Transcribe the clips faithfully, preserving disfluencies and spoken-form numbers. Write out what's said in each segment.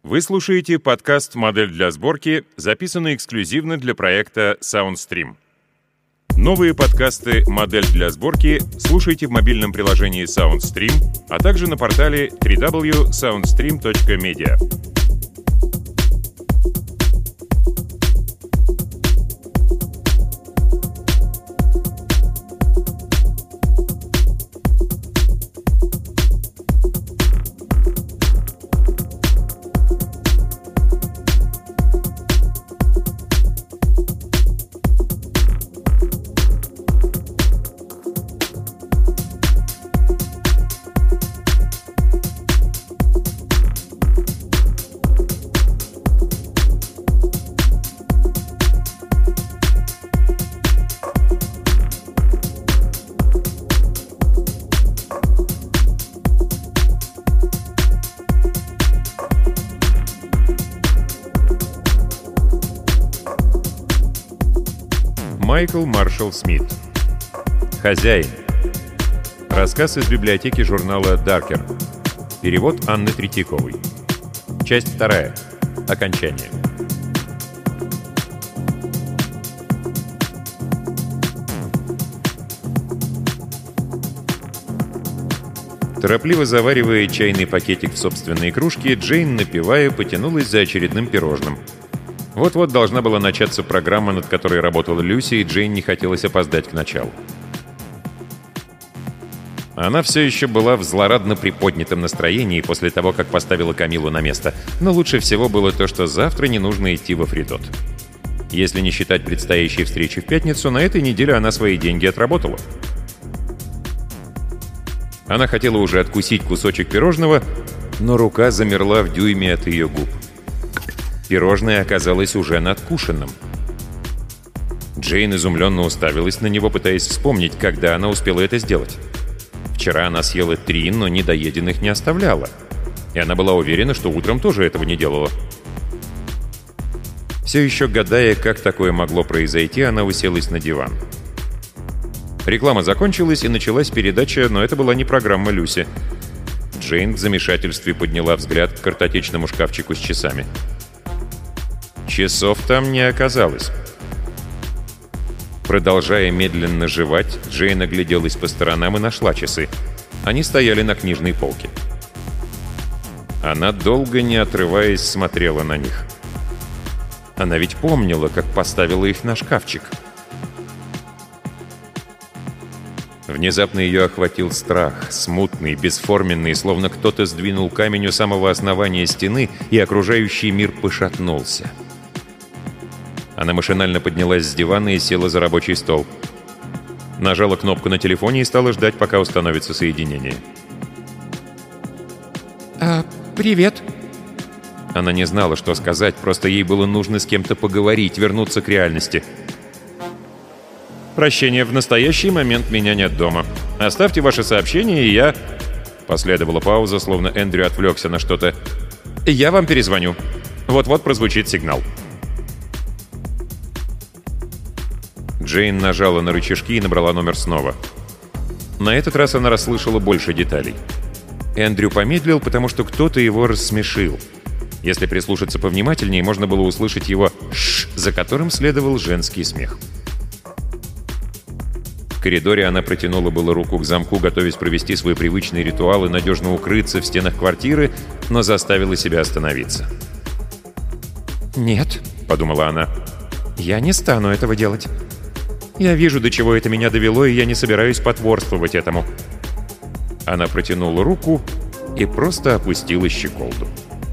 Вы слушаете подкаст «Модель для сборки», записанный эксклюзивно для проекта SoundStream. Новые подкасты «Модель для сборки» слушайте в мобильном приложении SoundStream, а также на портале дабл ю дабл ю дабл ю точка саундстрим точка медиа. Майкл Маршалл Смит. «Хозяин». Рассказ из библиотеки журнала «Даркер». Перевод Анны Третьяковой. Часть вторая. Окончание. Торопливо заваривая чайный пакетик в собственной кружке, Джейн, напевая, потянулась за очередным пирожным. Вот-вот должна была начаться программа, над которой работала Люси, и Джейн не хотелось опоздать к началу. Она все еще была в злорадно приподнятом настроении после того, как поставила Камилу на место, но лучше всего было то, что завтра не нужно идти во Фридот. Если не считать предстоящей встречи в пятницу, на этой неделе она свои деньги отработала. Она хотела уже откусить кусочек пирожного, но рука замерла в дюйме от ее губ. Пирожное оказалось уже надкушенным. Джейн изумленно уставилась на него, пытаясь вспомнить, когда она успела это сделать. Вчера она съела три, но недоеденных не оставляла. И она была уверена, что утром тоже этого не делала. Все еще гадая, как такое могло произойти, она уселась на диван. Реклама закончилась, и началась передача, но это была не программа Люси. Джейн в замешательстве подняла взгляд к картотечному шкафчику с часами. Часов там не оказалось. Продолжая медленно жевать, Джейн огляделась по сторонам и нашла часы. Они стояли на книжной полке. Она долго, не отрываясь, смотрела на них. Она ведь помнила, как поставила их на шкафчик. Внезапно ее охватил страх, смутный, бесформенный, словно кто-то сдвинул камень у самого основания стены, и окружающий мир пошатнулся. Она машинально поднялась с дивана и села за рабочий стол. Нажала кнопку на телефоне и стала ждать, пока установится соединение. А, «Привет». Она не знала, что сказать, просто ей было нужно с кем-то поговорить, вернуться к реальности. «Прощение, в настоящий момент меня нет дома. Оставьте ваше сообщение, и я...» Последовала пауза, словно Эндрю отвлекся на что-то. «Я вам перезвоню. Вот-вот прозвучит сигнал». Джейн нажала на рычажки и набрала номер снова. На этот раз она расслышала больше деталей. Эндрю помедлил, потому что кто-то его рассмешил. Если прислушаться повнимательнее, можно было услышать его «шш», за которым следовал женский смех. В коридоре она протянула было руку к замку, готовясь провести свой привычный ритуал и надежно укрыться в стенах квартиры, но заставила себя остановиться. «Нет», — подумала она, — «я не стану этого делать. Я вижу, до чего это меня довело, и я не собираюсь потворствовать этому». Она протянула руку и просто опустила щеколду.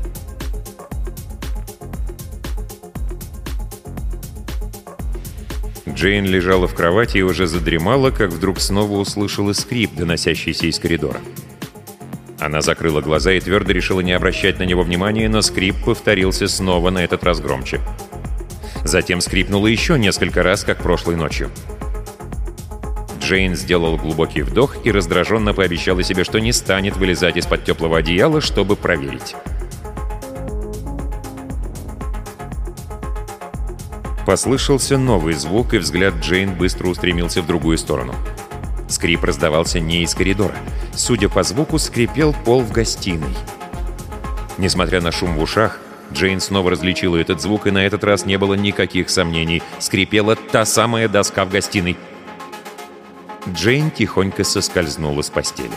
Джейн лежала в кровати и уже задремала, как вдруг снова услышала скрип, доносящийся из коридора. Она закрыла глаза и твердо решила не обращать на него внимания, но скрип повторился снова, на этот раз громче. Затем скрипнуло еще несколько раз, как прошлой ночью. Джейн сделала глубокий вдох и раздраженно пообещала себе, что не станет вылезать из-под теплого одеяла, чтобы проверить. Послышался новый звук, и взгляд Джейн быстро устремился в другую сторону. Скрип раздавался не из коридора. Судя по звуку, скрипел пол в гостиной. Несмотря на шум в ушах, Джейн снова различила этот звук, и на этот раз не было никаких сомнений. Скрипела та самая доска в гостиной. Джейн тихонько соскользнула с постели.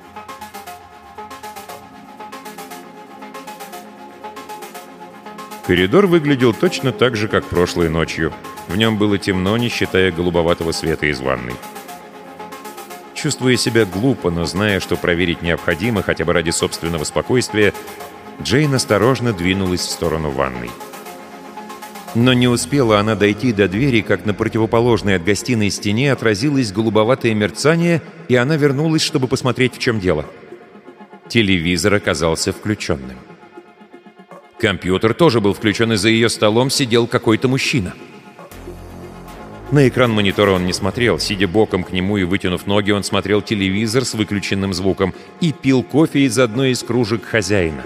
Коридор выглядел точно так же, как прошлой ночью. В нем было темно, не считая голубоватого света из ванной. Чувствуя себя глупо, но зная, что проверить необходимо, хотя бы ради собственного спокойствия, Джейн осторожно двинулась в сторону ванной. Но не успела она дойти до двери, как на противоположной от гостиной стене отразилось голубоватое мерцание, и она вернулась, чтобы посмотреть, в чем дело. Телевизор оказался включенным. Компьютер тоже был включен, и за ее столом сидел какой-то мужчина. На экран монитора он не смотрел. Сидя боком к нему и вытянув ноги, он смотрел телевизор с выключенным звуком и пил кофе из одной из кружек хозяина.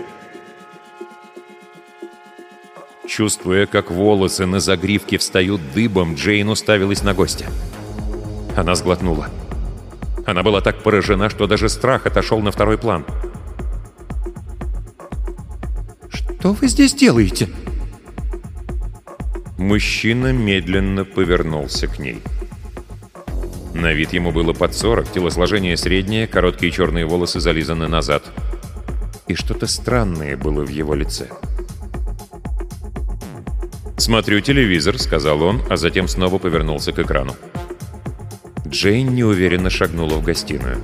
Чувствуя, как волосы на загривке встают дыбом, Джейн уставилась на гостя. Она сглотнула. Она была так поражена, что даже страх отошел на второй план. «Что вы здесь делаете?» Мужчина медленно повернулся к ней. На вид ему было под сорок, телосложение среднее, короткие черные волосы зализаны назад. И что-то странное было в его лице. «Смотрю телевизор», — сказал он, а затем снова повернулся к экрану. Джейн неуверенно шагнула в гостиную.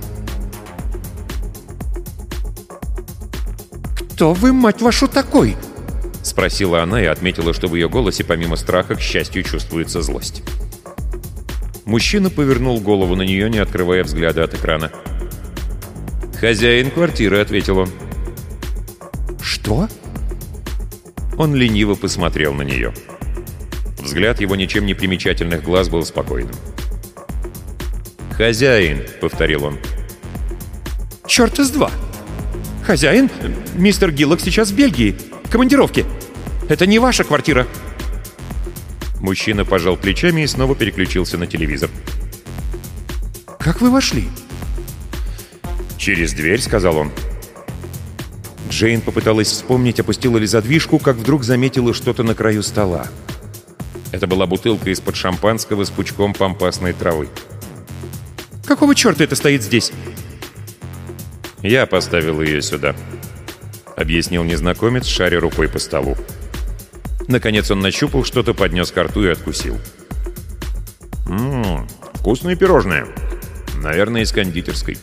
«Кто вы, мать вашу, такой?» — спросила она и отметила, что в ее голосе помимо страха, к счастью, чувствуется злость. Мужчина повернул голову на нее, не открывая взгляда от экрана. «Хозяин квартиры», — ответил он. «Что?» Он лениво посмотрел на нее. Взгляд его ничем не примечательных глаз был спокойным. «Хозяин», — повторил он. «Черт из два! Хозяин, мистер Гиллок сейчас в Бельгии, в командировке. Это не ваша квартира». Мужчина пожал плечами и снова переключился на телевизор. «Как вы вошли?» «Через дверь», — сказал он. Джейн попыталась вспомнить, опустила ли задвижку, как вдруг заметила что-то на краю стола. Это была бутылка из-под шампанского с пучком пампасной травы. «Какого черта это стоит здесь?» «Я поставил ее сюда», — объяснил незнакомец, шаря рукой по столу. Наконец он нащупал что-то, поднес ко рту и откусил. «Ммм, вкусное пирожное. Наверное, из кондитерской».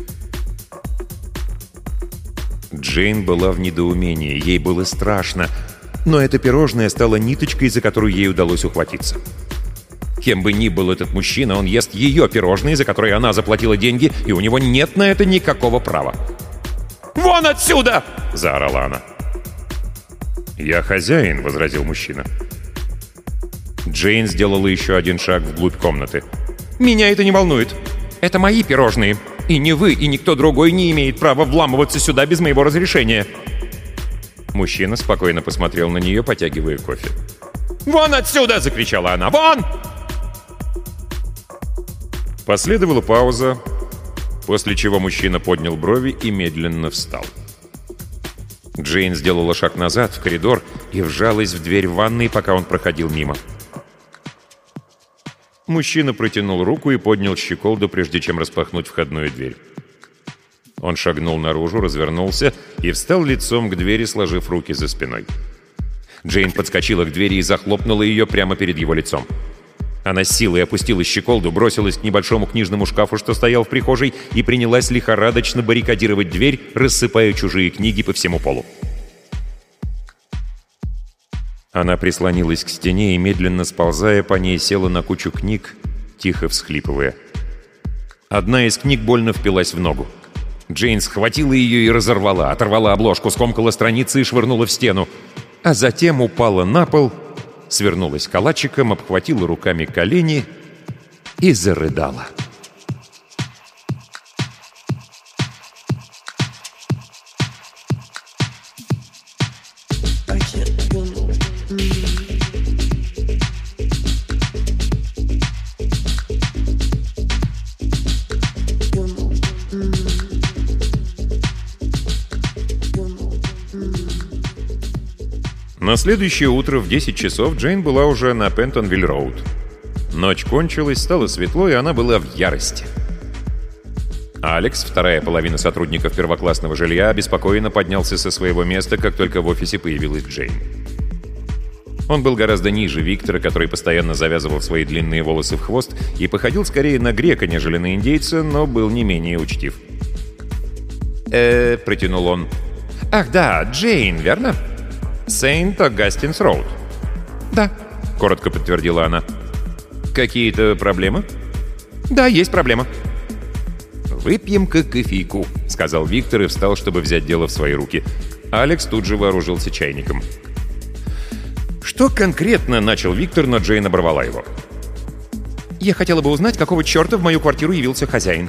Джейн была в недоумении, ей было страшно, но это пирожное стало ниточкой, за которую ей удалось ухватиться. Кем бы ни был этот мужчина, он ест ее пирожные, за которые она заплатила деньги, и у него нет на это никакого права. «Вон отсюда!» — заорала она. «Я хозяин», — возразил мужчина. Джейн сделала еще один шаг вглубь комнаты. «Меня это не волнует. Это мои пирожные. И ни вы, и никто другой не имеет права вламываться сюда без моего разрешения». Мужчина спокойно посмотрел на нее, потягивая кофе. «Вон отсюда!» — закричала она. «Вон!» Последовала пауза, после чего мужчина поднял брови и медленно встал. Джейн сделала шаг назад, в коридор, и вжалась в дверь ванной, пока он проходил мимо. Мужчина протянул руку и поднял щеколду, прежде чем распахнуть входную дверь. Он шагнул наружу, развернулся и встал лицом к двери, сложив руки за спиной. Джейн подскочила к двери и захлопнула ее прямо перед его лицом. Она с силой опустила щеколду, бросилась к небольшому книжному шкафу, что стоял в прихожей, и принялась лихорадочно баррикадировать дверь, рассыпая чужие книги по всему полу. Она прислонилась к стене и, медленно сползая по ней, села на кучу книг, тихо всхлипывая. Одна из книг больно впилась в ногу. Джейн схватила ее и разорвала, оторвала обложку, скомкала страницы и швырнула в стену, а затем упала на пол, свернулась калачиком, обхватила руками колени и зарыдала. Mm-hmm. На следующее утро в десять часов Джейн была уже на Пентонвилл-роуд. Ночь кончилась, стало светло, и она была в ярости. Алекс, вторая половина сотрудников первоклассного жилья, обеспокоенно поднялся со своего места, как только в офисе появилась Джейн. Он был гораздо ниже Виктора, который постоянно завязывал свои длинные волосы в хвост и походил скорее на грека, нежели на индейца, но был не менее учтив. «Э-э», — протянул он. «Ах да, Джейн, верно? Сейнт Агастинс Роуд». «Да», — коротко подтвердила она. «Какие-то проблемы?» «Да, есть проблема». «Выпьем-ка кофейку», — сказал Виктор и встал, чтобы взять дело в свои руки. Алекс тут же вооружился чайником. «Что конкретно?» — начал Виктор, но Джейн оборвала его. «Я хотела бы узнать, какого черта в мою квартиру явился хозяин».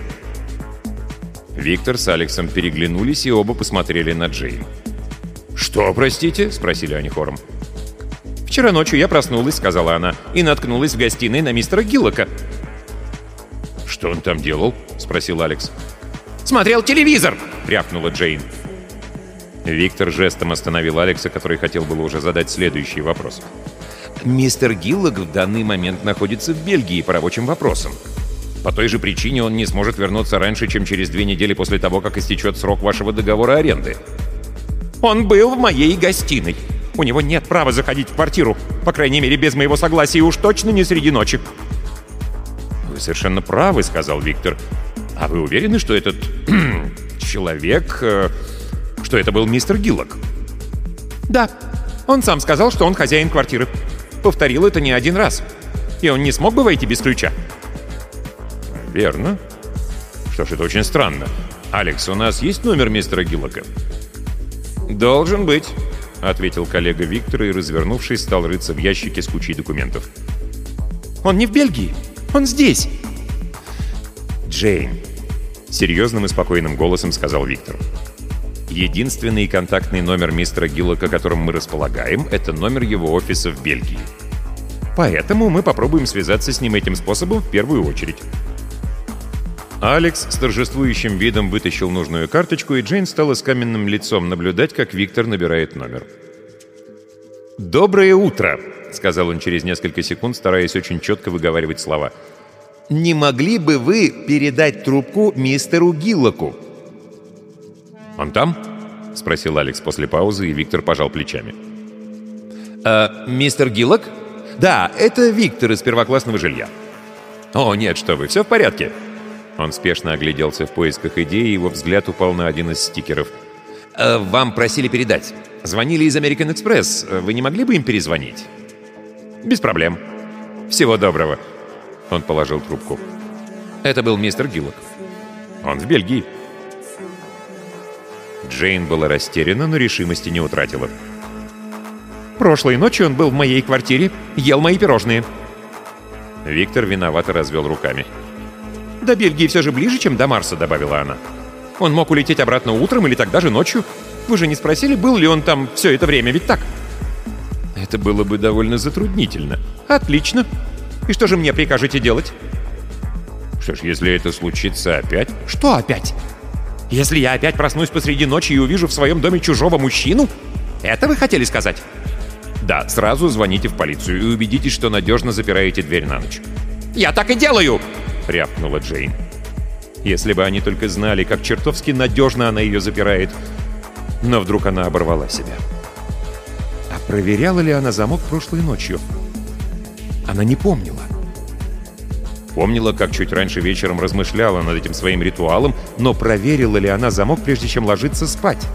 Виктор с Алексом переглянулись и оба посмотрели на Джейн. «Что, простите?» — спросили они хором. «Вчера ночью я проснулась», — сказала она, — «и наткнулась в гостиной на мистера Гиллока». «Что он там делал?» — спросил Алекс. «Смотрел телевизор!» — рявкнула Джейн. Виктор жестом остановил Алекса, который хотел было уже задать следующий вопрос. «Мистер Гиллок в данный момент находится в Бельгии по рабочим вопросам. По той же причине он не сможет вернуться раньше, чем через две недели после того, как истечет срок вашего договора аренды». «Он был в моей гостиной. У него нет права заходить в квартиру, по крайней мере, без моего согласия, и уж точно не среди ночи». «Вы совершенно правы», — сказал Виктор. «А вы уверены, что этот человек... Э, что это был мистер Гиллок?» «Да. Он сам сказал, что он хозяин квартиры. Повторил это не один раз. И он не смог бы войти без ключа». «Верно. Что ж, это очень странно. Алекс, у нас есть номер мистера Гиллока?» «Должен быть», — ответил коллега Виктора и, развернувшись, стал рыться в ящике с кучей документов. «Он не в Бельгии. Он здесь!» «Джейн», — серьезным и спокойным голосом сказал Виктор. «Единственный контактный номер мистера Гиллока, которым мы располагаем, это номер его офиса в Бельгии. Поэтому мы попробуем связаться с ним этим способом в первую очередь». Алекс с торжествующим видом вытащил нужную карточку, и Джейн стала с каменным лицом наблюдать, как Виктор набирает номер. «Доброе утро», — сказал он через несколько секунд, стараясь очень четко выговаривать слова. «Не могли бы вы передать трубку мистеру Гиллоку?» «Он там?» — спросил Алекс после паузы, и Виктор пожал плечами. «А, мистер Гиллок?» «Да, это Виктор из первоклассного жилья». «О, нет, что вы, все в порядке». Он спешно огляделся в поисках идеи, и его взгляд упал на один из стикеров. «А, «Вам просили передать. Звонили из American Express. Вы не могли бы им перезвонить?» «Без проблем. Всего доброго». Он положил трубку. Это был мистер Гиллок. Он в Бельгии. Джейн была растеряна, но решимости не утратила. «Прошлой ночью он был в моей квартире, ел мои пирожные». Виктор виновато развел руками. «До Бельгии все же ближе, чем до Марса», — добавила она. «Он мог улететь обратно утром или тогда же ночью. Вы же не спросили, был ли он там все это время, ведь так?» «Это было бы довольно затруднительно». «Отлично. И что же мне прикажете делать?» «Что ж, если это случится опять...» «Что опять? Если я опять проснусь посреди ночи и увижу в своем доме чужого мужчину? Это вы хотели сказать?» «Да, сразу звоните в полицию и убедитесь, что надежно запираете дверь на ночь». «Я так и делаю!» — рявкнула Джейн. Если бы они только знали, как чертовски надежно она ее запирает. Но вдруг она оборвала себя. А проверяла ли она замок прошлой ночью? Она не помнила. Помнила, как чуть раньше вечером размышляла над этим своим ритуалом, но проверила ли она замок, прежде чем ложиться спать?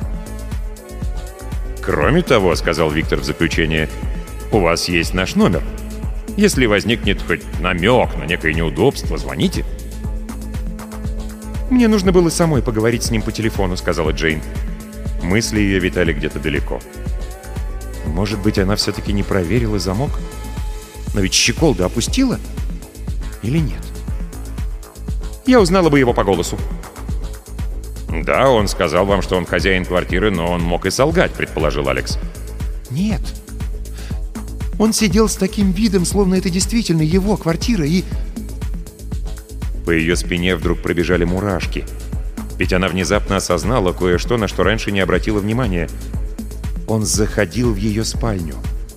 «Кроме того, — сказал Виктор в заключение, — у вас есть наш номер. Если возникнет хоть намек на некое неудобство, звоните». «Мне нужно было самой поговорить с ним по телефону», — сказала Джейн. Мысли ее витали где-то далеко. Может быть, она все-таки не проверила замок? Но ведь щеколду опустила? Или нет? Я узнала бы его по голосу. «Да, он сказал вам, что он хозяин квартиры, но он мог и солгать», — предположил Алекс. «Нет. Он сидел с таким видом, словно это действительно его квартира, и...» По ее спине вдруг пробежали мурашки. Ведь она внезапно осознала кое-что, на что раньше не обратила внимания. Он заходил в ее спальню.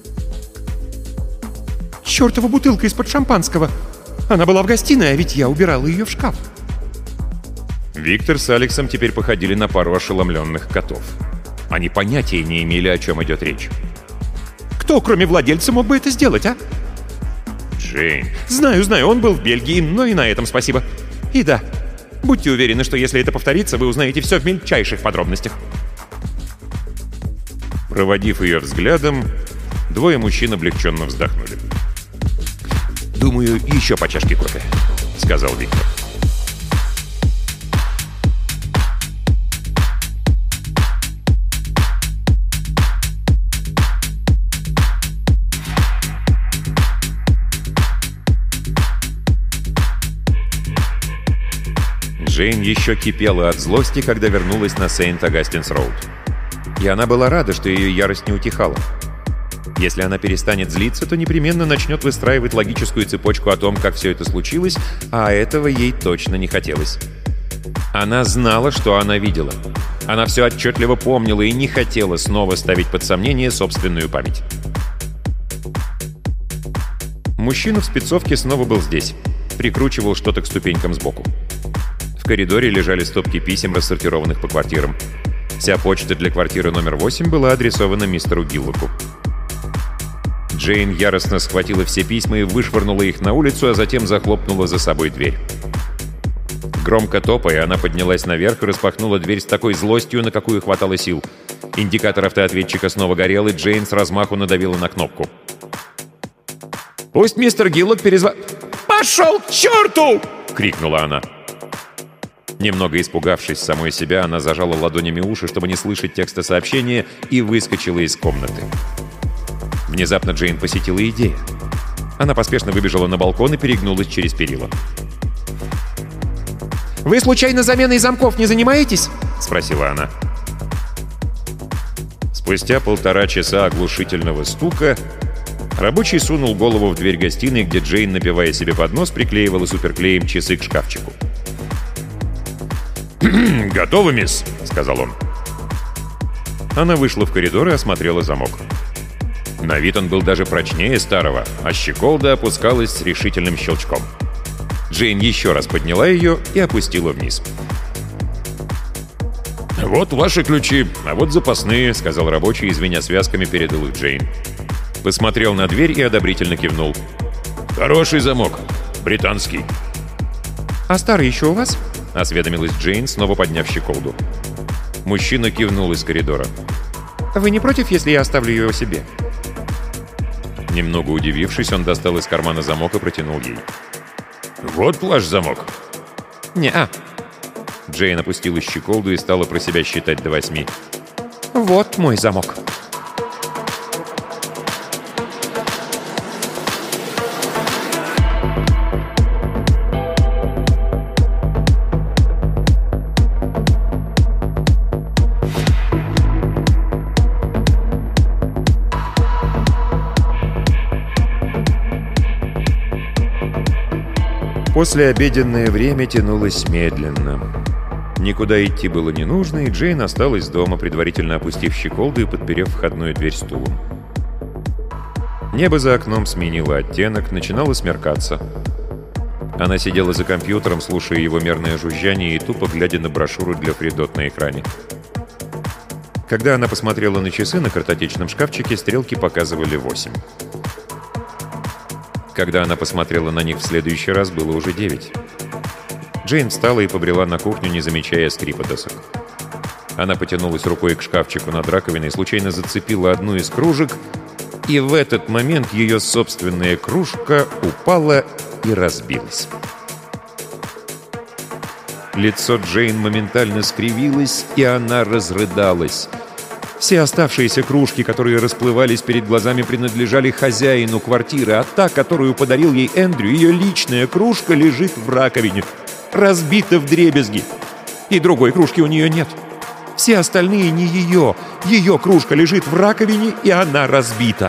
«Чёртова бутылка из-под шампанского! Она была в гостиной, а ведь я убирала ее в шкаф!» Виктор с Алексом теперь походили на пару ошеломленных котов. Они понятия не имели, о чем идет речь. «Кто, кроме владельца, мог бы это сделать, а?» «Джейн...» «Знаю, знаю, он был в Бельгии, но и на этом спасибо. И да, будьте уверены, что если это повторится, вы узнаете все в мельчайших подробностях». Проводив ее взглядом, двое мужчин облегченно вздохнули. «Думаю, еще по чашке кофе», — сказал Виктор. Джейн еще кипела от злости, когда вернулась на Сент-Агастинс-Роуд. И она была рада, что ее ярость не утихала. Если она перестанет злиться, то непременно начнет выстраивать логическую цепочку о том, как все это случилось, а этого ей точно не хотелось. Она знала, что она видела. Она все отчетливо помнила и не хотела снова ставить под сомнение собственную память. Мужчина в спецовке снова был здесь. Прикручивал что-то к ступенькам сбоку. В коридоре лежали стопки писем, рассортированных по квартирам. Вся почта для квартиры номер восемь была адресована мистеру Гиллоку. Джейн яростно схватила все письма и вышвырнула их на улицу, а затем захлопнула за собой дверь. Громко топая, она поднялась наверх и распахнула дверь с такой злостью, на какую хватало сил. Индикатор автоответчика снова горел, и Джейн с размаху надавила на кнопку. «Пусть мистер Гиллок перезва...» «Пошел к черту!» — крикнула она. Немного испугавшись самой себя, она зажала ладонями уши, чтобы не слышать текста сообщения, и выскочила из комнаты. Внезапно Джейн посетила идея. Она поспешно выбежала на балкон и перегнулась через перила. «Вы случайно заменой замков не занимаетесь?» — спросила она. Спустя полтора часа оглушительного стука рабочий сунул голову в дверь гостиной, где Джейн, напивая себе под нос, приклеивала суперклеем часы к шкафчику. «Готовы, мисс?» — сказал он. Она вышла в коридор и осмотрела замок. На вид он был даже прочнее старого, а щеколда опускалась с решительным щелчком. Джейн еще раз подняла ее и опустила вниз. «Вот ваши ключи, а вот запасные», — сказал рабочий, извиня связками, передал их Джейн. Посмотрел на дверь и одобрительно кивнул. «Хороший замок. Британский». «А старый еще у вас?» — осведомилась Джейн, снова подняв щеколду. Мужчина кивнул из коридора. «Вы не против, если я оставлю его себе?» Немного удивившись, он достал из кармана замок и протянул ей. «Вот ваш замок». «Не-а». Джейн опустила щеколду и стала про себя считать до восьми. «Вот мой замок». Послеобеденное время тянулось медленно. Никуда идти было не нужно, и Джейн осталась дома, предварительно опустив щеколду и подперев входную дверь стулом. Небо за окном сменило оттенок, начинало смеркаться. Она сидела за компьютером, слушая его мерное жужжание и тупо глядя на брошюру для Фридот на экране. Когда она посмотрела на часы на картотечном шкафчике, стрелки показывали восемь. Когда она посмотрела на них в следующий раз, было уже девять. Джейн встала и побрела на кухню, не замечая скрипа досок. Она потянулась рукой к шкафчику над раковиной, случайно зацепила одну из кружек, и в этот момент ее собственная кружка упала и разбилась. Лицо Джейн моментально скривилось, и она разрыдалась. Все оставшиеся кружки, которые расплывались перед глазами, принадлежали хозяину квартиры, а та, которую подарил ей Эндрю, ее личная кружка, лежит в раковине, разбита вдребезги. И другой кружки у нее нет. Все остальные не ее. Ее кружка лежит в раковине, и она разбита.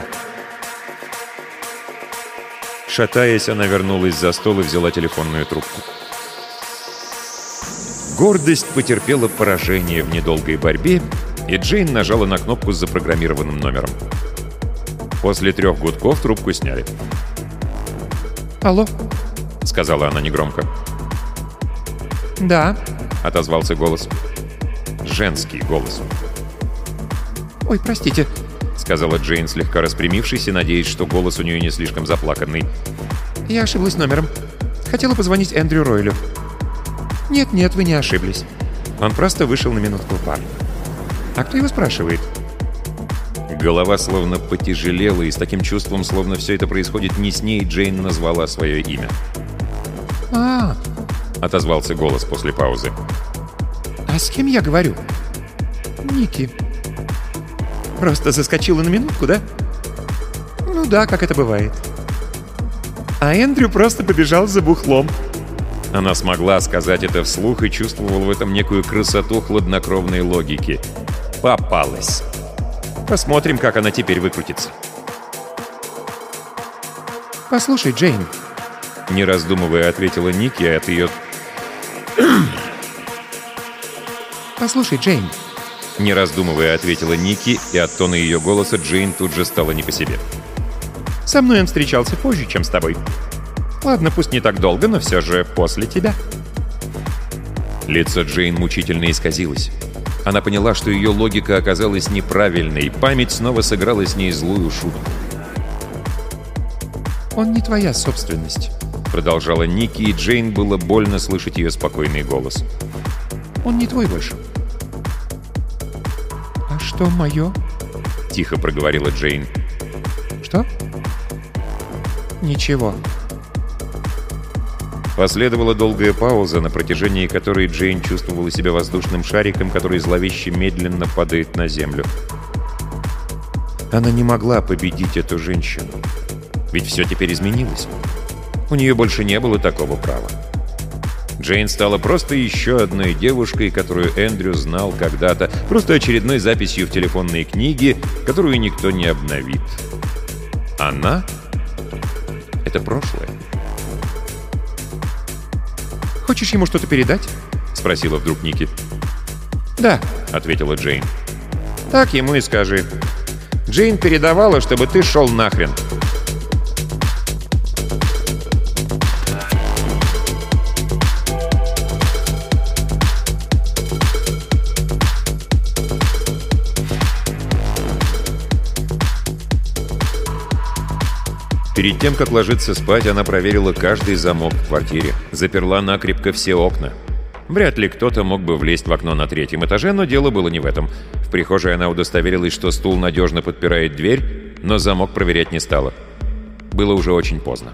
Шатаясь, она вернулась за стол и взяла телефонную трубку. Гордость потерпела поражение в недолгой борьбе, и Джейн нажала на кнопку с запрограммированным номером. После трех гудков трубку сняли. «Алло», — сказала она негромко. «Да», — отозвался голос. Женский голос. «Ой, простите», — сказала Джейн, слегка распрямившись и надеясь, что голос у нее не слишком заплаканный. «Я ошиблась номером. Хотела позвонить Эндрю Ройлю». «Нет-нет, вы не ошиблись. Он просто вышел на минутку в бар». «А кто его спрашивает?» Голова словно потяжелела, и с таким чувством, словно все это происходит не с ней, Джейн назвала свое имя. «А, — отозвался голос после паузы. а с кем я говорю?» «Ники». «Просто заскочила на минутку, да?» «Ну да, как это бывает». «А Эндрю просто побежал за бухлом». Она смогла сказать это вслух и чувствовала в этом некую красоту хладнокровной логики. Попалась. Посмотрим, как она теперь выкрутится. «Послушай, Джейн», — не раздумывая ответила Ники, а от ее... «Послушай, Джейн», — не раздумывая ответила Ники, и от тона ее голоса Джейн тут же стала не по себе. «со мной он встречался позже, чем с тобой. Ладно, пусть не так долго, но все же после тебя». Лицо Джейн мучительно исказилось. Она поняла, что ее логика оказалась неправильной, и память снова сыграла с ней злую шутку. «Он не твоя собственность», — продолжала Ники, и Джейн было больно слышать ее спокойный голос. «Он не твой больше». «А что мое?» — тихо проговорила Джейн. «Что?» «Ничего». Последовала долгая пауза, на протяжении которой Джейн чувствовала себя воздушным шариком, который зловеще медленно падает на землю. Она не могла победить эту женщину. Ведь все теперь изменилось. У нее больше не было такого права. Джейн стала просто еще одной девушкой, которую Эндрю знал когда-то, просто очередной записью в телефонной книге, которую никто не обновит. Она — это прошлое. «Хочешь ему что-то передать?» — спросила вдруг Ники. «Да», — ответила Джейн. «так ему и скажи. Джейн передавала, чтобы ты шел нахрен». Перед тем, как ложиться спать, она проверила каждый замок в квартире, заперла накрепко все окна. Вряд ли кто-то мог бы влезть в окно на третьем этаже, но дело было не в этом. В прихожей она удостоверилась, что стул надежно подпирает дверь, но замок проверять не стала. Было уже очень поздно.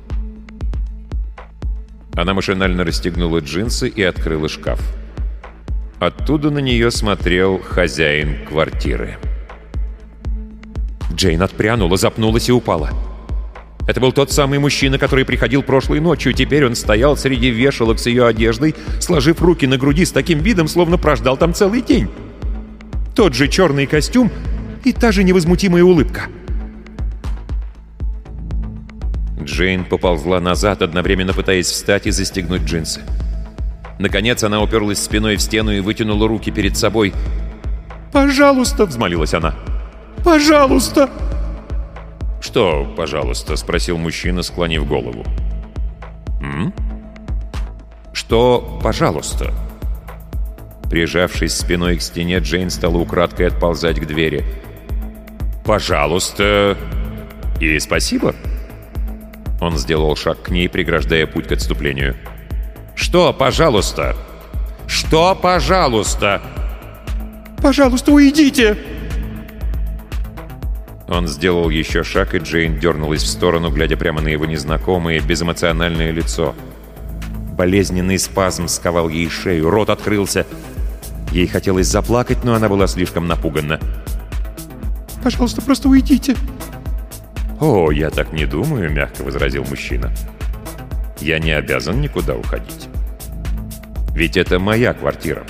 Она машинально расстегнула джинсы и открыла шкаф. Оттуда на нее смотрел хозяин квартиры. Джейн отпрянула, запнулась и упала. Это был тот самый мужчина, который приходил прошлой ночью. Теперь он стоял среди вешалок с ее одеждой, сложив руки на груди с таким видом, словно прождал там целый день. Тот же черный костюм и та же невозмутимая улыбка. Джейн поползла назад, одновременно пытаясь встать и застегнуть джинсы. Наконец она уперлась спиной в стену и вытянула руки перед собой. «Пожалуйста!» — взмолилась она. «Пожалуйста!» «Что, пожалуйста?» — спросил мужчина, склонив голову. «М? Что, пожалуйста?» Прижавшись спиной к стене, Джейн стала украдкой отползать к двери. «Пожалуйста и спасибо!» Он сделал шаг к ней, преграждая путь к отступлению. «Что, пожалуйста? Что, пожалуйста?» «Пожалуйста, уйдите!» Он сделал еще шаг, и Джейн дернулась в сторону, глядя прямо на его незнакомое, безэмоциональное лицо. Болезненный спазм сковал ей шею, рот открылся. Ей хотелось заплакать, но она была слишком напугана. «Пожалуйста, просто уйдите!» «О, я так не думаю», — мягко возразил мужчина. «Я не обязан никуда уходить. Ведь это моя квартира».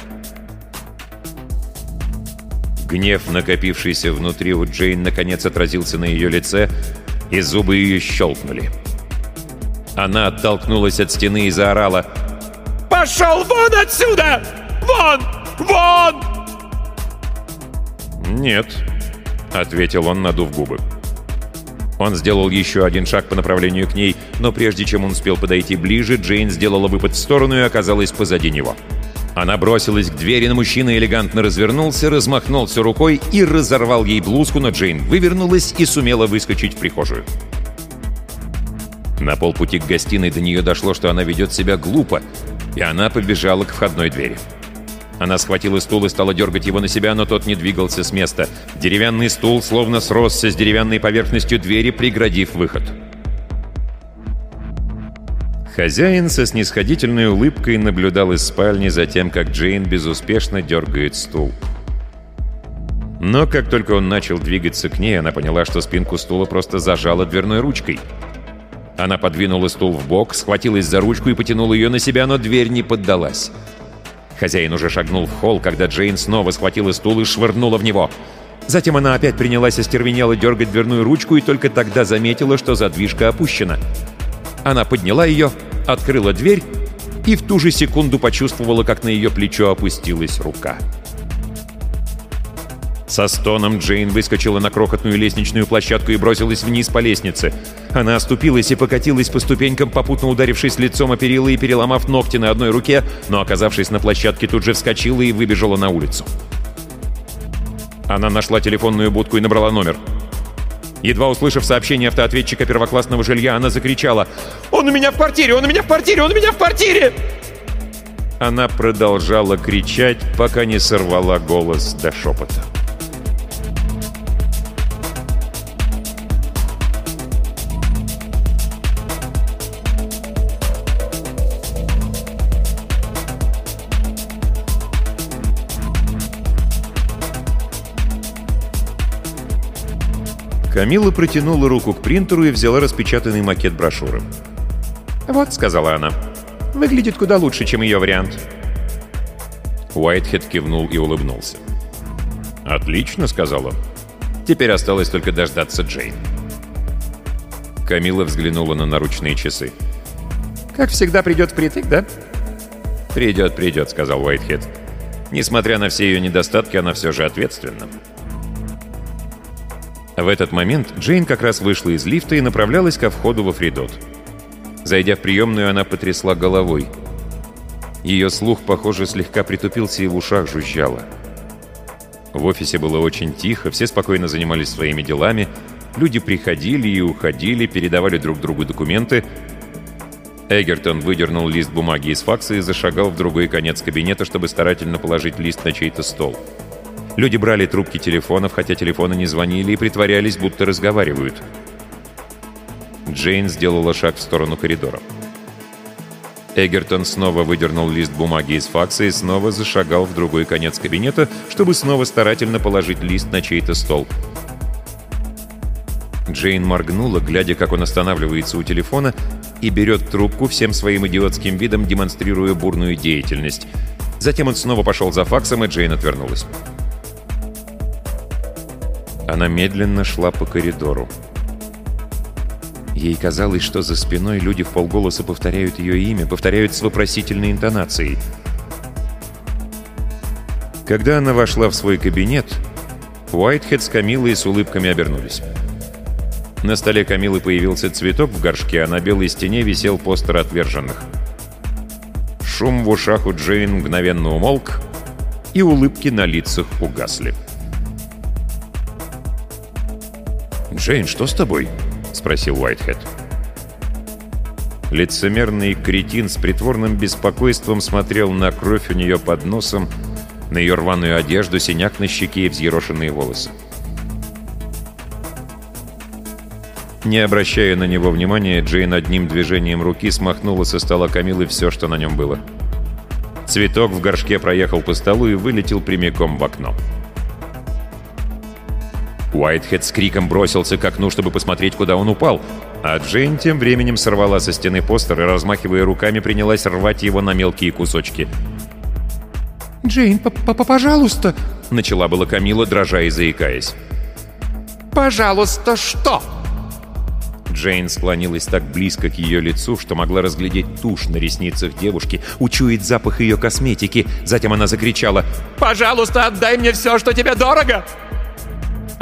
Гнев, накопившийся внутри у Джейн, наконец отразился на ее лице, и зубы ее щелкнули. Она оттолкнулась от стены и заорала: «Пошел вон отсюда! Вон! Вон!» «Нет», — ответил он, надув губы. Он сделал еще один шаг по направлению к ней, но прежде чем он успел подойти ближе, Джейн сделала выпад в сторону и оказалась позади него. Она бросилась к двери, но мужчина элегантно развернулся, размахнулся рукой и разорвал ей блузку, но Джейн вывернулась и сумела выскочить в прихожую. На полпути к гостиной до нее дошло, что она ведет себя глупо, и она побежала к входной двери. Она схватила стул и стала дергать его на себя, но тот не двигался с места. Деревянный стул словно сросся с деревянной поверхностью двери, преградив выход. Хозяин со снисходительной улыбкой наблюдал из спальни за тем, как Джейн безуспешно дергает стул. Но как только он начал двигаться к ней, она поняла, что спинку стула просто зажала дверной ручкой. Она подвинула стул в бок, схватилась за ручку и потянула ее на себя, но дверь не поддалась. Хозяин уже шагнул в холл, когда Джейн снова схватила стул и швырнула в него. Затем она опять принялась остервенело дергать дверную ручку и только тогда заметила, что задвижка опущена. Она подняла ее, открыла дверь и в ту же секунду почувствовала, как на ее плечо опустилась рука. Со стоном Джейн выскочила на крохотную лестничную площадку и бросилась вниз по лестнице. Она оступилась и покатилась по ступенькам, попутно ударившись лицом о перила и переломав ногти на одной руке, но, оказавшись на площадке, тут же вскочила и выбежала на улицу. Она нашла телефонную будку и набрала номер. Едва услышав сообщение автоответчика первоклассного жилья, она закричала: «Он у меня в квартире! Он у меня в квартире! Он у меня в квартире!» Она продолжала кричать, пока не сорвала голос до шепота. Камилла протянула руку к принтеру и взяла распечатанный макет брошюры. «Вот», — сказала она, — «выглядит куда лучше, чем ее вариант». Уайтхед кивнул и улыбнулся. «Отлично», — сказал он. «Теперь осталось только дождаться Джейн». Камилла взглянула на наручные часы. «Как всегда, придет впритык, да?» «Придет, придет», — сказал Уайтхед. «Несмотря на все ее недостатки, она все же ответственна». В этот момент Джейн как раз вышла из лифта и направлялась ко входу во Фридот. Зайдя в приемную, она потрясла головой. Ее слух, похоже, слегка притупился и в ушах жужжало. В офисе было очень тихо, все спокойно занимались своими делами, люди приходили и уходили, передавали друг другу документы. Эгертон выдернул лист бумаги из факса и зашагал в другой конец кабинета, чтобы старательно положить лист на чей-то стол. Люди брали трубки телефонов, хотя телефоны не звонили, и притворялись, будто разговаривают. Джейн сделала шаг в сторону коридора. Эгертон снова выдернул лист бумаги из факса и снова зашагал в другой конец кабинета, чтобы снова старательно положить лист на чей-то стол. Джейн моргнула, глядя, как он останавливается у телефона и берет трубку, всем своим идиотским видом демонстрируя бурную деятельность. Затем он снова пошел за факсом, и Джейн отвернулась. Она медленно шла по коридору. Ей казалось, что за спиной люди вполголоса повторяют ее имя, повторяют с вопросительной интонацией. Когда она вошла в свой кабинет, Уайтхед с Камиллой с улыбками обернулись. На столе Камиллы появился цветок в горшке, а на белой стене висел постер отверженных. Шум в ушах у Джейн мгновенно умолк, и улыбки на лицах угасли. «Джейн, что с тобой?» — спросил Уайтхед. Лицемерный кретин с притворным беспокойством смотрел на кровь у нее под носом, на ее рваную одежду, синяк на щеке и взъерошенные волосы. Не обращая на него внимания, Джейн одним движением руки смахнула со стола Камиллы все, что на нем было. Цветок в горшке проехал по столу и вылетел прямиком в окно. Уайтхед с криком бросился к окну, чтобы посмотреть, куда он упал, а Джейн тем временем сорвала со стены постер и, размахивая руками, принялась рвать его на мелкие кусочки. «Джейн, пожалуйста!» — начала была Камилла, дрожа и заикаясь. «Пожалуйста, что?» Джейн склонилась так близко к ее лицу, что могла разглядеть тушь на ресницах девушки, учуять запах ее косметики. Затем она закричала: «Пожалуйста, отдай мне все, что тебе дорого!»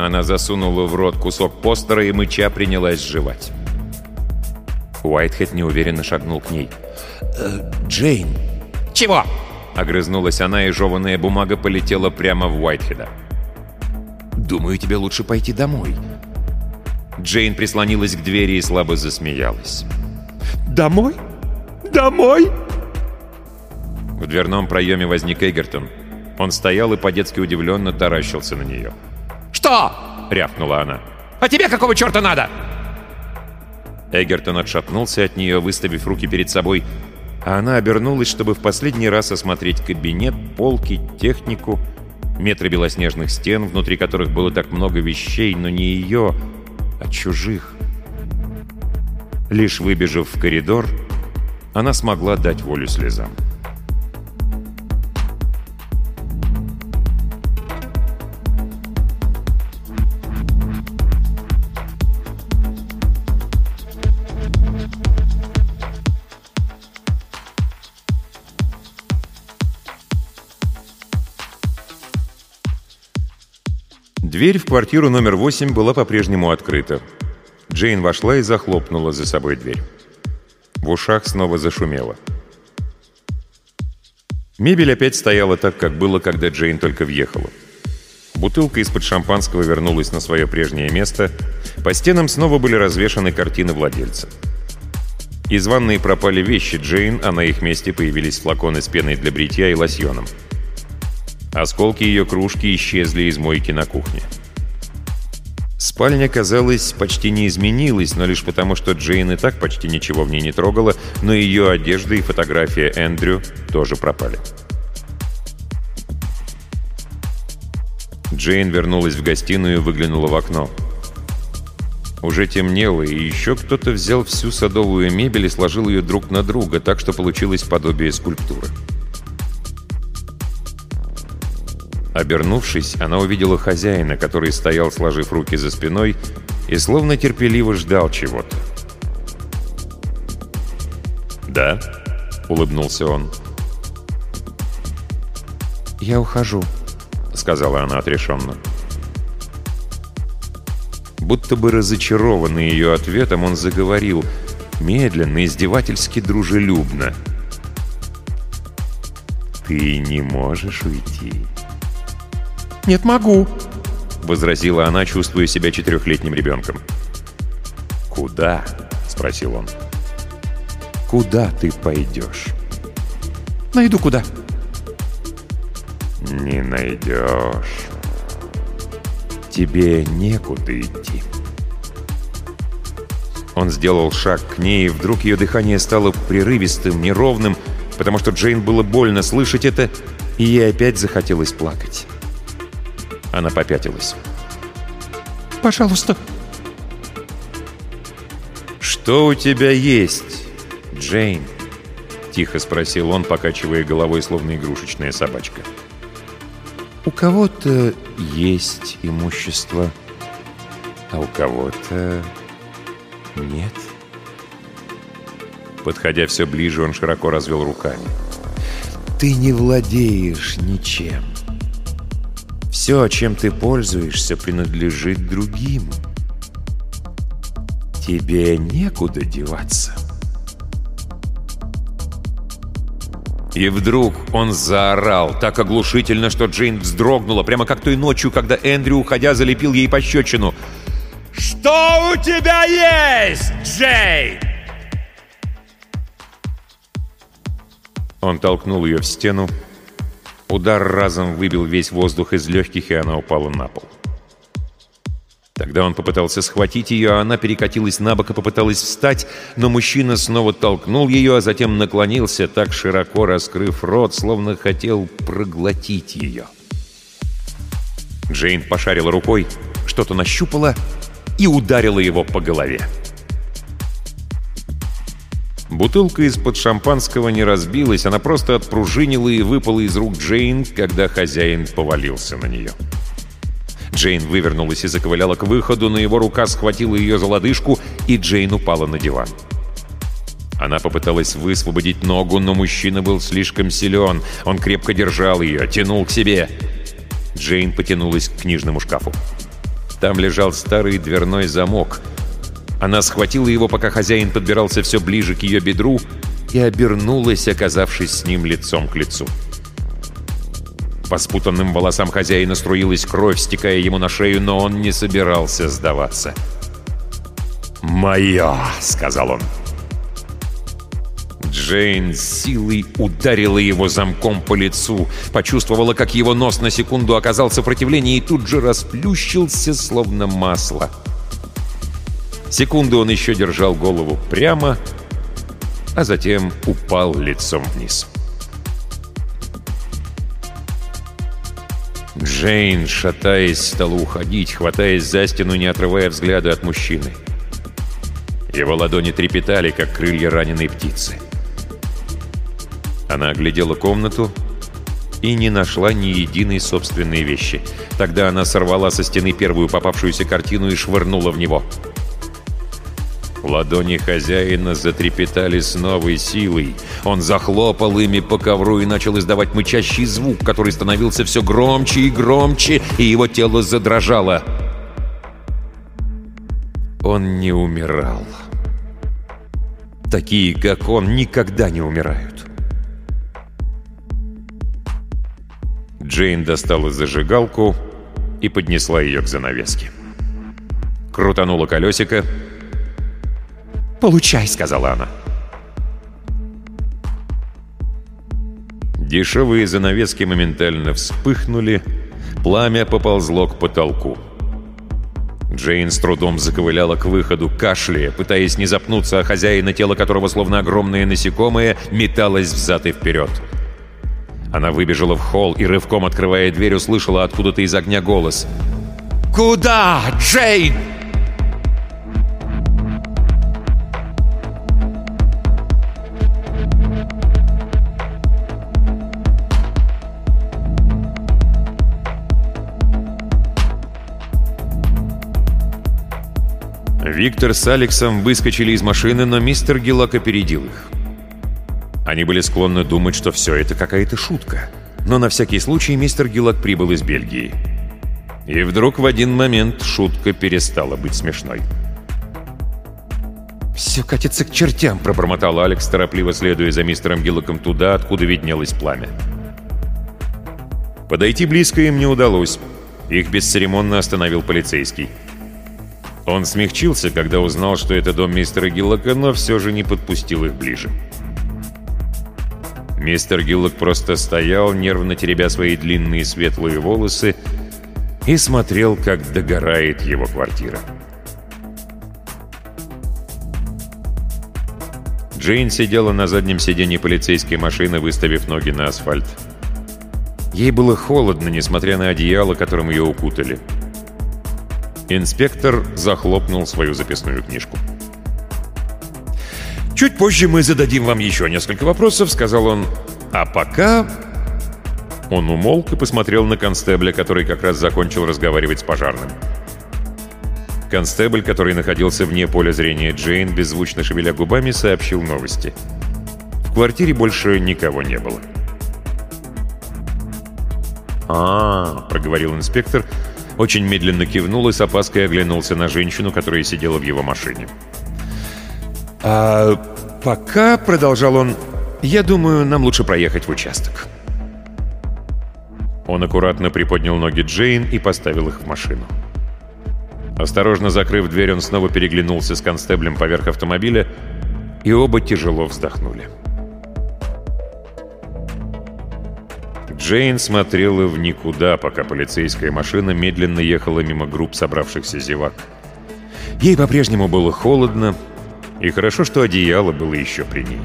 Она засунула в рот кусок постера и мыча принялась жевать. Уайтхед неуверенно шагнул к ней. «Э, Джейн!» «Чего?» — огрызнулась она, и жеванная бумага полетела прямо в Уайтхеда. «Думаю, тебе лучше пойти домой». Джейн прислонилась к двери и слабо засмеялась. «Домой? Домой?» В дверном проеме возник Эгертон. Он стоял и по-детски удивленно таращился на нее. «Что?» — рявкнула она. «А тебе какого черта надо?» Эгертон отшатнулся от нее, выставив руки перед собой, а она обернулась, чтобы в последний раз осмотреть кабинет, полки, технику, метры белоснежных стен, внутри которых было так много вещей, но не ее, а чужих. Лишь выбежав в коридор, она смогла дать волю слезам. Дверь в квартиру номер восемь была по-прежнему открыта. Джейн вошла и захлопнула за собой дверь. В ушах снова зашумело. Мебель опять стояла так, как было, когда Джейн только въехала. Бутылка из-под шампанского вернулась на свое прежнее место. По стенам снова были развешаны картины владельца. Из ванной пропали вещи Джейн, а на их месте появились флаконы с пеной для бритья и лосьоном. Осколки ее кружки исчезли из мойки на кухне. Спальня, казалось, почти не изменилась, но лишь потому, что Джейн и так почти ничего в ней не трогала, но ее одежда и фотография Эндрю тоже пропали. Джейн вернулась в гостиную и выглянула в окно. Уже темнело, и еще кто-то взял всю садовую мебель и сложил ее друг на друга, так что получилось подобие скульптуры. Обернувшись, она увидела хозяина, который стоял, сложив руки за спиной, и словно терпеливо ждал чего-то. «Да?» — улыбнулся он. «Я ухожу», — сказала она отрешенно. Будто бы разочарованный ее ответом, он заговорил, медленно, издевательски дружелюбно. «Ты не можешь уйти?» «Нет, могу», — возразила она, чувствуя себя четырехлетним ребенком. «Куда?» — спросил он. «Куда ты пойдешь?» «Найду куда». «Не найдешь. Тебе некуда идти». Он сделал шаг к ней, и вдруг ее дыхание стало прерывистым, неровным, потому что Джейн было больно слышать это, и ей опять захотелось плакать. Она попятилась. «Пожалуйста». «Что у тебя есть, Джейн?» — тихо спросил он, покачивая головой, словно игрушечная собачка. «У кого-то есть имущество, а у кого-то нет». Подходя все ближе, он широко развел руками. «Ты не владеешь ничем. Все, чем ты пользуешься, принадлежит другим. Тебе некуда деваться». И вдруг он заорал так оглушительно, что Джейн вздрогнула, прямо как той ночью, когда Эндрю, уходя, залепил ей пощечину. «Что у тебя есть, Джейн?» Он толкнул ее в стену. Удар разом выбил весь воздух из легких, и она упала на пол. Тогда он попытался схватить ее, а она перекатилась на бок и попыталась встать, но мужчина снова толкнул ее, а затем наклонился, так широко раскрыв рот, словно хотел проглотить ее. Джейн пошарила рукой, что-то нащупала и ударила его по голове. Бутылка из-под шампанского не разбилась, она просто отпружинила и выпала из рук Джейн, когда хозяин повалился на нее. Джейн вывернулась и заковыляла к выходу, но его рука схватила ее за лодыжку, и Джейн упала на диван. Она попыталась высвободить ногу, но мужчина был слишком силен. Он крепко держал ее, тянул к себе. Джейн потянулась к книжному шкафу. Там лежал старый дверной замок. Она схватила его, пока хозяин подбирался все ближе к ее бедру, и обернулась, оказавшись с ним лицом к лицу. По спутанным волосам хозяина струилась кровь, стекая ему на шею, но он не собирался сдаваться. «Моя!» — сказал он. Джейн с силой ударила его замком по лицу, почувствовала, как его нос на секунду оказал сопротивление и тут же расплющился, словно масло. Секунду он еще держал голову прямо, а затем упал лицом вниз. Джейн, шатаясь, стала уходить, хватаясь за стену, не отрывая взгляда от мужчины. Его ладони трепетали, как крылья раненой птицы. Она оглядела комнату и не нашла ни единой собственной вещи. Тогда она сорвала со стены первую попавшуюся картину и швырнула в него. Ладони хозяина затрепетали с новой силой. Он захлопал ими по ковру и начал издавать мычащий звук, который становился все громче и громче, и его тело задрожало. Он не умирал. Такие, как он, никогда не умирают. Джейн достала зажигалку и поднесла ее к занавеске. Крутанула колесико. «Получай», — сказала она. Дешевые занавески моментально вспыхнули, пламя поползло к потолку. Джейн с трудом заковыляла к выходу, кашляя, пытаясь не запнуться о хозяина, тело которого, словно огромное насекомое, металось взад и вперед. Она выбежала в холл и, рывком открывая дверь, услышала откуда-то из огня голос. «Куда, Джейн?» Виктор с Алексом выскочили из машины, но мистер Гиллок опередил их. Они были склонны думать, что все это какая-то шутка. Но на всякий случай мистер Гиллок прибыл из Бельгии. И вдруг в один момент шутка перестала быть смешной. «Все катится к чертям», — пробормотал Алекс, торопливо следуя за мистером Гиллоком туда, откуда виднелось пламя. Подойти близко им не удалось. Их бесцеремонно остановил полицейский. Он смягчился, когда узнал, что это дом мистера Гиллока, но все же не подпустил их ближе. Мистер Гиллок просто стоял, нервно теребя свои длинные светлые волосы, и смотрел, как догорает его квартира. Джейн сидела на заднем сиденье полицейской машины, выставив ноги на асфальт. Ей было холодно, несмотря на одеяло, которым ее укутали. Инспектор захлопнул свою записную книжку. «Чуть позже мы зададим вам еще несколько вопросов», — сказал он. «А пока...» Он умолк и посмотрел на констебля, который как раз закончил разговаривать с пожарным. Констебль, который находился вне поля зрения Джейн, беззвучно шевеля губами, сообщил новости. В квартире больше никого не было. «А-а-а», — проговорил инспектор, очень медленно кивнул и с опаской оглянулся на женщину, которая сидела в его машине. «А пока, — продолжал он, — я думаю, нам лучше проехать в участок». Он аккуратно приподнял ноги Джейн и поставил их в машину. Осторожно закрыв дверь, он снова переглянулся с констеблем поверх автомобиля, и оба тяжело вздохнули. Джейн смотрела в никуда, пока полицейская машина медленно ехала мимо групп собравшихся зевак. Ей по-прежнему было холодно, и хорошо, что одеяло было еще при ней.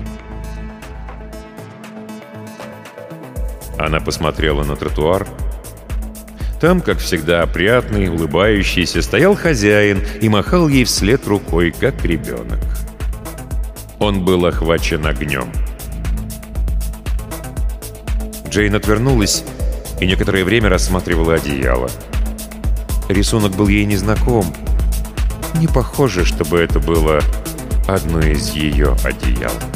Она посмотрела на тротуар. Там, как всегда, опрятный, улыбающийся, стоял хозяин и махал ей вслед рукой, как ребенок. Он был охвачен огнем. Джейн отвернулась и некоторое время рассматривала одеяло. Рисунок был ей незнаком. Не похоже, чтобы это было одно из ее одеял.